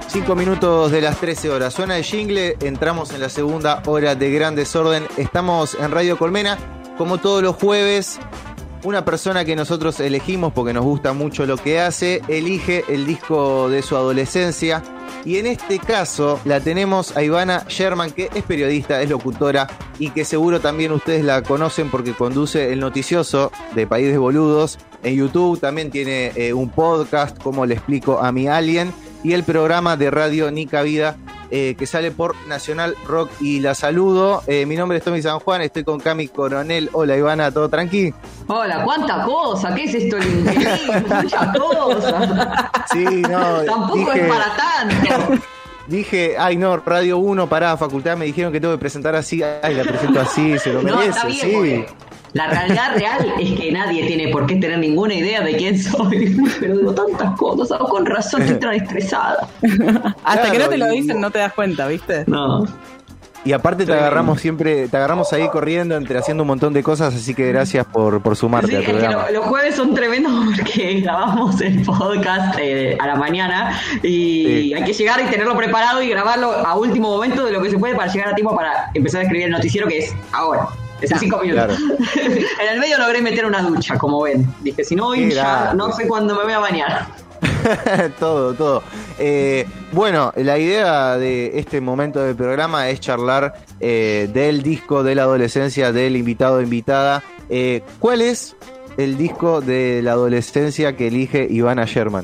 5 minutos de las 13 horas. Suena el jingle, entramos en la segunda hora de Gran Desorden. Estamos en Radio Colmena, como todos los jueves. Una persona que nosotros elegimos porque nos gusta mucho lo que hace, elige el disco de su adolescencia. Y en este caso la tenemos a Ivana Sherman, que es periodista, es locutora y que seguro también ustedes la conocen porque conduce el noticioso de País de Boludos. En YouTube también tiene un podcast, como le explico a mi alien, y el programa de radio Nica Vida, que sale por Nacional Rock, y la saludo. Mi nombre es Tommy San Juan, estoy con Cami Coronel. Hola Ivana, ¿todo tranqui? Hola, cuánta cosa, ¿qué es esto? Muchas cosas. Sí, no. Tampoco es para tanto. Dije, ay no, Radio 1, pará, facultad, me dijeron que tengo que presentar así. Ay, la presento así, se lo merece, no, está bien, sí. La realidad real es que nadie tiene por qué tener ninguna idea de quién soy. Pero digo tantas cosas, con razón estoy tan estresada. Hasta claro, que no te lo dicen no te das cuenta, ¿viste? No. Y aparte te agarramos siempre, te agarramos ahí corriendo, haciendo un montón de cosas, así que gracias por sumarte al programa. Que los jueves son tremendos porque grabamos el podcast a la mañana y hay que llegar y tenerlo preparado y grabarlo a último momento de lo que se puede para llegar a tiempo para empezar a escribir el noticiero, que es ahora. Es en 5 minutos. Claro. En el medio logré meter una ducha, como ven. Dije, si no, hoy ya no sé cuándo me voy a bañar. todo. Bueno, la idea de este momento del programa es charlar del disco de la adolescencia del invitado o invitada. ¿Cuál es el disco de la adolescencia que elige Ivana Sherman?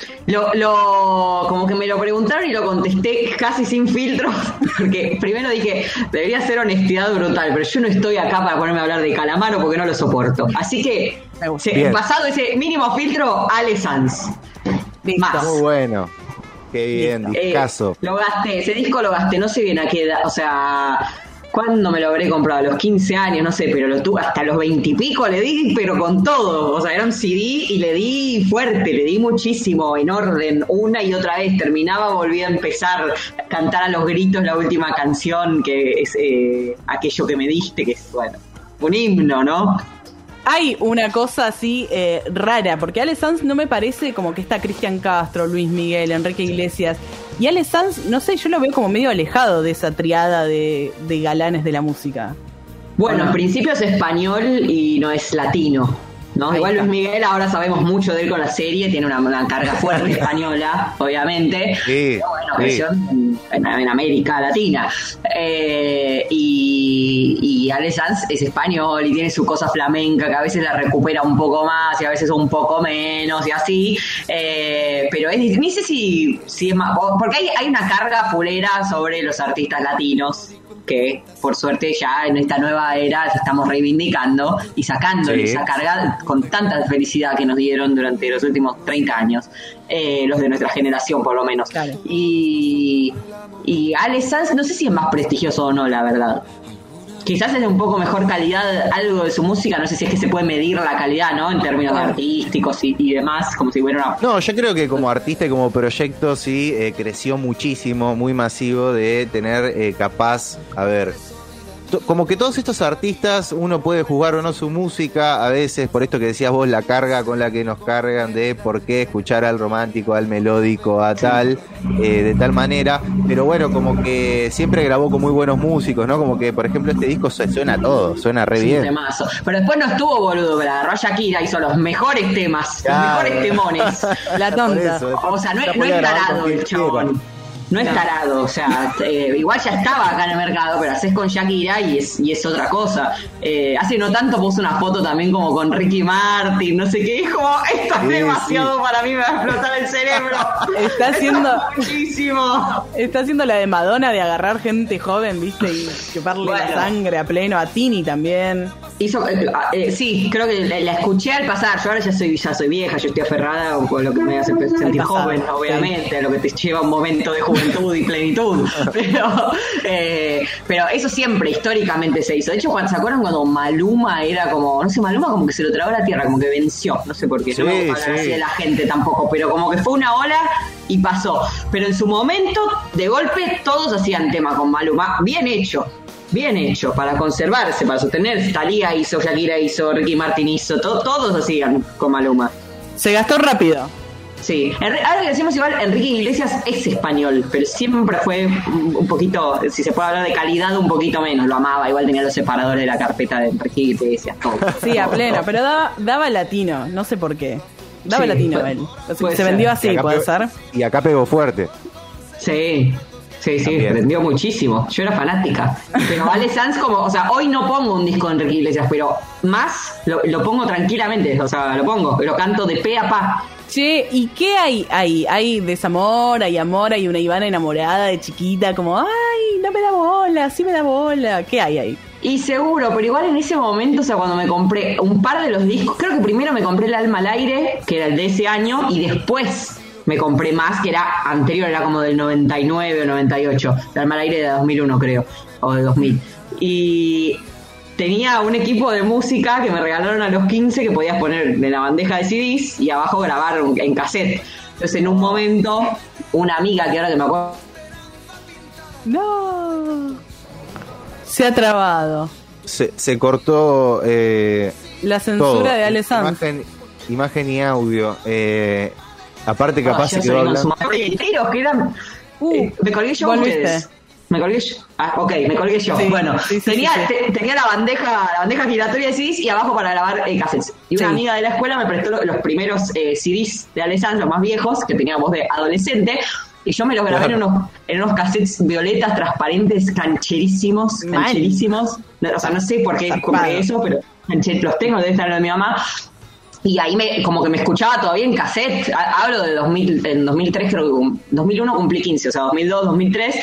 Como que me lo preguntaron y lo contesté casi sin filtros, porque primero dije, debería ser honestidad brutal, pero yo no estoy acá para ponerme a hablar de Calamaro porque no lo soporto. Así que, pasado ese mínimo filtro, Ale Sanz. Más. Muy bueno. Qué bien, discazo. Lo gasté, ese disco lo gasté, no sé bien a qué edad, o sea, ¿cuándo me lo habré comprado? A los 15 años, no sé, pero lo tuve hasta los 20 y pico, le di, pero con todo. O sea, era un CD y le di fuerte, le di muchísimo, en orden, una y otra vez. Terminaba, volvía a empezar a cantar a los gritos la última canción, que es Aquello que me diste, que es, bueno, un himno, ¿no? Hay una cosa así rara, porque Ale Sanz no me parece como que está Cristian Castro, Luis Miguel, Enrique Iglesias. Y Ale Sanz, no sé, yo lo veo como medio alejado de esa triada de galanes de la música. Bueno, en principio es español y no es latino, ¿no? Igual Luis Miguel, ahora sabemos mucho de él con la serie, tiene una carga fuerte española, obviamente. Sí, pero bueno, creció en América Latina. Y Ale Sanz es español y tiene su cosa flamenca que a veces la recupera un poco más y a veces un poco menos y así. Pero ni sé si es más, porque hay una carga fulera sobre los artistas latinos que por suerte ya en esta nueva era estamos reivindicando y sacándole esa carga con tanta felicidad que nos dieron durante los últimos 30 años, los de nuestra generación por lo menos. Claro. Y Ale Sanz no sé si es más prestigioso o no, la verdad. Quizás es de un poco mejor calidad algo de su música, no sé si es que se puede medir la calidad, ¿no? En términos artísticos y demás, como si fuera una... No, yo creo que como artista y como proyecto sí creció muchísimo, muy masivo de tener capaz, a ver... Como que todos estos artistas, uno puede juzgar o no su música, a veces, por esto que decías vos, la carga con la que nos cargan de por qué escuchar al romántico, al melódico, a tal, de tal manera, pero bueno, como que siempre grabó con muy buenos músicos, ¿no? Como que, por ejemplo, este disco suena todo, suena re bien. Temazo. Pero después no estuvo boludo, pero agarró a Shakira, hizo los mejores temas, los mejores temones. La tonta. O sea, no es tarado el chabón. No es tarado, o sea, igual ya estaba acá en el mercado, pero haces con Shakira y es otra cosa. Hace no tanto puso una foto también como con Ricky Martin, no sé qué, es como, esto es demasiado para mí, me va a explotar el cerebro. Está haciendo la de Madonna de agarrar gente joven, ¿viste? Y chuparle la sangre a pleno, a Tini también. Sí, creo que la escuché al pasar. Yo ahora ya soy vieja, yo estoy aferrada con lo que me hace sentir joven, obviamente, lo que te lleva a un momento de juventud y plenitud. Pero eso siempre, históricamente se hizo. De hecho, ¿se acuerdan cuando Maluma era como, no sé, Maluma como que se lo tragó a la tierra, como que venció? No sé por qué, no me gusta hablar así de la gente tampoco, pero como que fue una ola y pasó. Pero en su momento, de golpe, todos hacían tema con Maluma. Bien hecho, para conservarse, para sostenerse. Thalía hizo, Shakira hizo, Ricky Martin hizo, todos hacían con Maluma. Se gastó rápido. Sí, ahora que decimos igual, Enrique Iglesias es español, pero siempre fue un poquito, si se puede hablar de calidad, un poquito menos. Lo amaba, igual tenía los separadores de la carpeta de Enrique Iglesias, todo. Sí, a pleno, pero daba latino, no sé por qué. Daba latino él. Se vendió así, puede ser. Y acá pegó fuerte. Sí. Sí, vendió muchísimo. Yo era fanática. Pero Ale Sanz, como, o sea, hoy no pongo un disco de Enrique Iglesias, pero más lo pongo tranquilamente. O sea, lo canto de pe a pa. Che, ¿y qué hay ahí? Hay desamor, hay amor, hay una Ivana enamorada de chiquita, como, ay, no me da bola, sí me da bola. ¿Qué hay ahí? Y seguro, pero igual en ese momento, o sea, cuando me compré un par de los discos, creo que primero me compré El Alma al Aire, que era el de ese año, y después me compré más, que era anterior, era como del 99 o 98. El Alma al Aire de 2001, creo, o de 2000. Y tenía un equipo de música que me regalaron a los 15 que podías poner en la bandeja de CDs y abajo grabar en cassette. Entonces, en un momento, una amiga que ahora que me acuerdo... No. Se ha trabado. Se cortó... la censura todo. De Ale Sanz. Imagen y audio. Aparte capaz se quedó hablando. Me colgué yo ustedes. Me colgué yo. Me colgué yo. Sí, bueno, tenía la bandeja giratoria de CDs y abajo para grabar cassettes. Y una amiga de la escuela me prestó los primeros CDs de Ale Sanz, los más viejos, que tenía voz de adolescente. Y yo me los grabé en unos cassettes violetas transparentes, cancherísimos. O sea, no sé por qué compré eso, pero los tengo, debe estar en la de mi mamá. Y ahí como que me escuchaba todavía en cassette. Hablo de 2000, en 2003, creo que 2001 cumplí 15, o sea, 2002, 2003.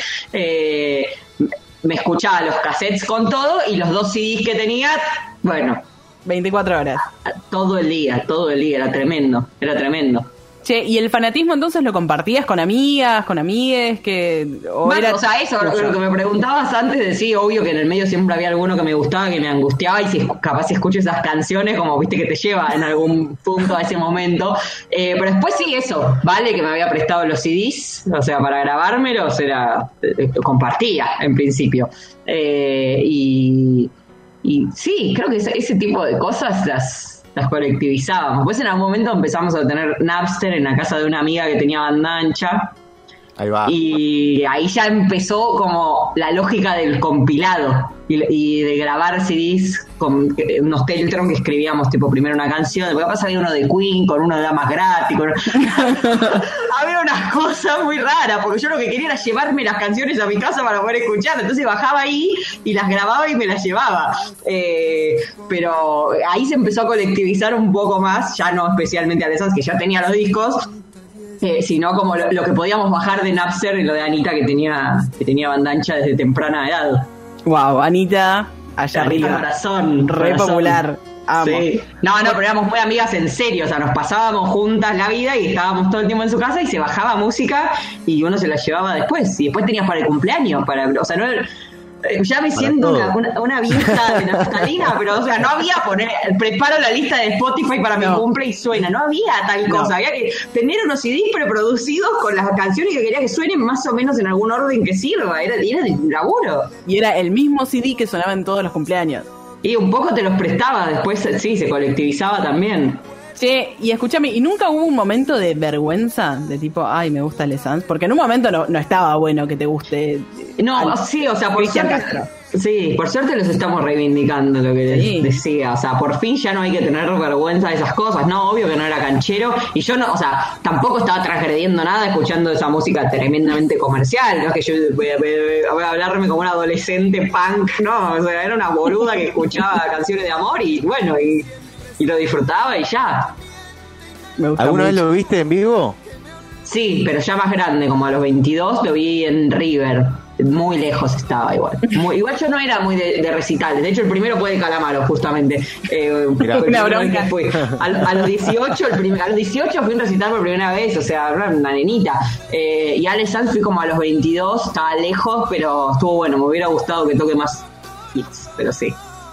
Me escuchaba los cassettes con todo y los 2 CDs que tenía, bueno. 24 horas. Todo el día, era tremendo. Che, ¿y el fanatismo entonces lo compartías con amigas, con amigues? O sea, eso, lo que me preguntabas antes de sí, obvio que en el medio siempre había alguno que me gustaba, que me angustiaba, y si escucho esas canciones, como viste que te lleva en algún punto a ese momento. Pero después sí, eso, Vale, que me había prestado los CDs, o sea, para grabármelos, compartía en principio. Y sí, creo que ese tipo de cosas las colectivizábamos. Después en algún momento empezamos a tener Napster en la casa de una amiga que tenía banda ancha. Ahí va. Y ahí ya empezó como la lógica del compilado y de grabar CDs con unos Teltron que escribíamos tipo primero una canción, después pasa había uno de Queen con uno de Damas Gratis había unas cosas muy raras porque yo lo que quería era llevarme las canciones a mi casa para poder escuchar, entonces bajaba ahí y las grababa y me las llevaba, pero ahí se empezó a colectivizar un poco más, ya no especialmente a esas que ya tenía los discos, sino como lo que podíamos bajar de Napster y lo de Anita que tenía banda ancha desde temprana edad. Wow, Anita, allá arriba. Corazón. Re popular. Amo. Sí. No, pero éramos muy amigas en serio, o sea, nos pasábamos juntas la vida y estábamos todo el tiempo en su casa y se bajaba música y uno se la llevaba después. Y después tenías para el cumpleaños, o sea, no ya me siento una vieja de naftalina, pero o sea, no había preparo la lista de Spotify para mi cumple y suena, no había tal cosa, había que tener unos CDs preproducidos con las canciones que quería que suenen más o menos en algún orden que sirva, era de laburo. Y era el mismo CD que sonaba en todos los cumpleaños. Y un poco te los prestaba, después sí, se colectivizaba también. Che, y escúchame, ¿y nunca hubo un momento de vergüenza? De tipo, ay, me gusta Ale Sanz. Porque en un momento no estaba bueno que te guste. No, sí, o sea, por suerte los estamos reivindicando, lo que les decía. O sea, por fin ya no hay que tener vergüenza de esas cosas. No, obvio que no era canchero. Y yo no, o sea, tampoco estaba transgrediendo nada escuchando esa música tremendamente comercial. No es que yo voy a hablarme como una adolescente punk, no. O sea, era una boluda que escuchaba canciones de amor y bueno, y lo disfrutaba y ya. ¿Alguna vez lo viste en vivo? Sí, pero ya más grande, como a los 22 lo vi en River. Muy lejos estaba igual. Igual yo no era muy de recitales. De hecho, el primero fue de Calamaro, justamente. Una bronca. A los 18, a los 18 fui a un recital por primera vez, o sea, una nenita. Y Ale Sanz fui como a los 22, estaba lejos, pero estuvo bueno. Me hubiera gustado que toque más hits, pero sí.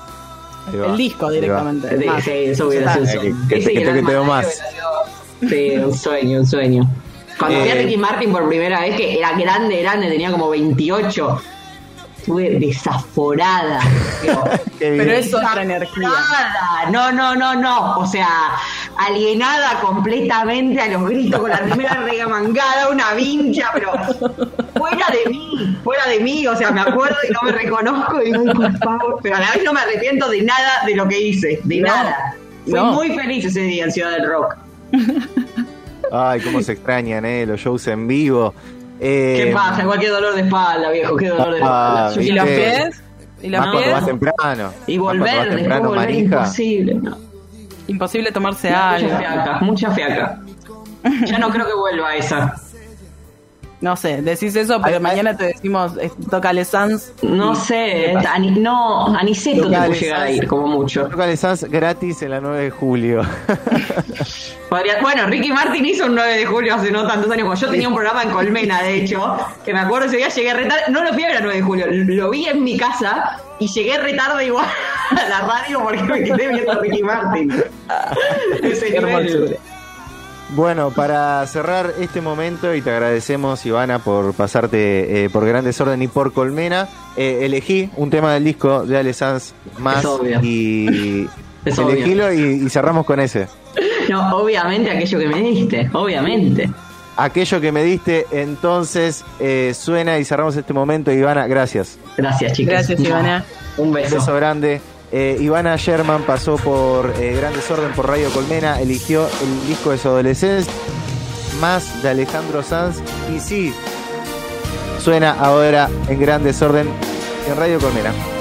El disco directamente. Sí, eso hubiera sido un sueño. Que te veo más. Sí, un sueño. Cuando vi a Ricky Martin por primera vez, que era grande, tenía como 28, estuve desaforada. Pero es otra energía. No. O sea, alienada completamente a los gritos, con la remera regamangada, una vincha, pero fuera de mí, o sea, me acuerdo y no me reconozco y digo, ay, por favor, pero a la vez no me arrepiento de nada de lo que hice, de nada. Fui muy feliz ese día en Ciudad del Rock. Ay, cómo se extrañan, los shows en vivo. ¿Qué pasa? Igual que dolor de espalda, viejo, qué dolor de espalda. ¿Y los pies? ¿Y los pies? Más temprano. Y volver, después volver imposible, ¿no? Imposible tomarse algo. Mucha fiaca. Ya no creo que vuelva esa. No sé, decís eso, pero mañana te decimos, toca Les Sans. No sé, Aniceto te puede llegar a ir, como mucho. Toca Les Sans gratis en la 9 de julio. Bueno, Ricky Martin hizo un 9 de julio hace no tantos años, cuando yo tenía un programa en Colmena, de hecho, que me acuerdo ese día llegué re tarde, no lo fui a ver el 9 de julio, lo vi en mi casa y llegué re tarde igual a la radio porque me quedé viendo a Ricky Martin. Ese nivel. Bueno, para cerrar este momento, y te agradecemos, Ivana, por pasarte por Gran Desorden y por Colmena, elegí un tema del disco de Ale Sanz más y elegílo y cerramos con ese. No, obviamente aquello que me diste, obviamente. Aquello que me diste, entonces suena y cerramos este momento. Ivana, gracias. Gracias, chicos. Gracias, Ivana. Un beso. Un beso grande. Ivana Sherman pasó por Gran Desorden por Radio Colmena, eligió el disco de su adolescencia, más de Alejandro Sanz, y sí, suena ahora en Gran Desorden en Radio Colmena.